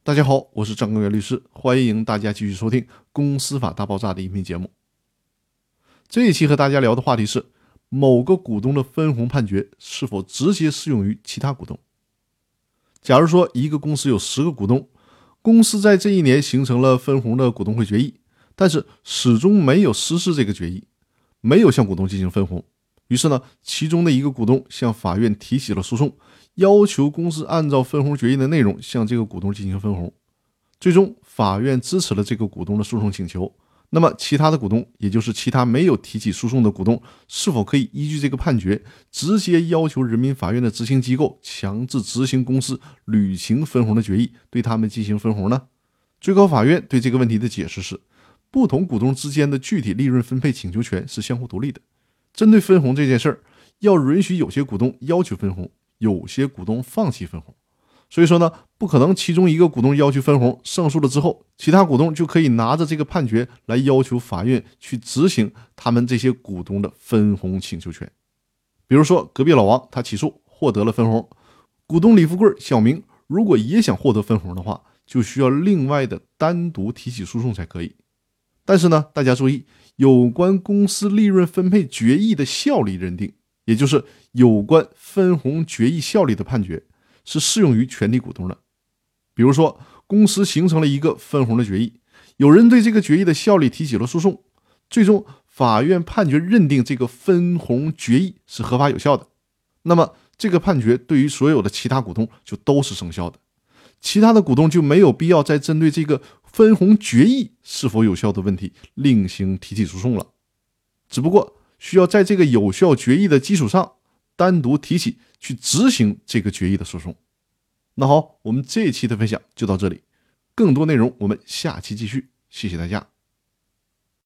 大家好，我是张根源律师，欢迎大家继续收听《公司法大爆炸》的音频节目。这一期和大家聊的话题是，某个股东的分红判决是否直接适用于其他股东。假如说一个公司有10个股东，公司在这一年形成了分红的股东会决议，但是始终没有实施这个决议，没有向股东进行分红。于是呢，其中的一个股东向法院提起了诉讼，要求公司按照分红决议的内容向这个股东进行分红。最终法院支持了这个股东的诉讼请求。那么其他的股东，也就是其他没有提起诉讼的股东，是否可以依据这个判决直接要求人民法院的执行机构强制执行公司履行分红的决议，对他们进行分红呢？最高法院对这个问题的解释是，不同股东之间的具体利润分配请求权是相互独立的。针对分红这件事儿，要允许有些股东要求分红，有些股东放弃分红。所以说呢，不可能其中一个股东要求分红，胜诉了之后，其他股东就可以拿着这个判决来要求法院去执行他们这些股东的分红请求权。比如说隔壁老王他起诉获得了分红，股东李富贵、小明如果也想获得分红的话，就需要另外的单独提起诉讼才可以。但是呢，大家注意，有关公司利润分配决议的效力认定，也就是有关分红决议效力的判决，是适用于全体股东的。比如说公司形成了一个分红的决议，有人对这个决议的效力提起了诉讼，最终法院判决认定这个分红决议是合法有效的，那么这个判决对于所有的其他股东就都是生效的，其他的股东就没有必要再针对这个分红决议是否有效的问题另行提起诉讼了，只不过需要在这个有效决议的基础上单独提起去执行这个决议的诉讼。那好，我们这一期的分享就到这里，更多内容我们下期继续，谢谢大家。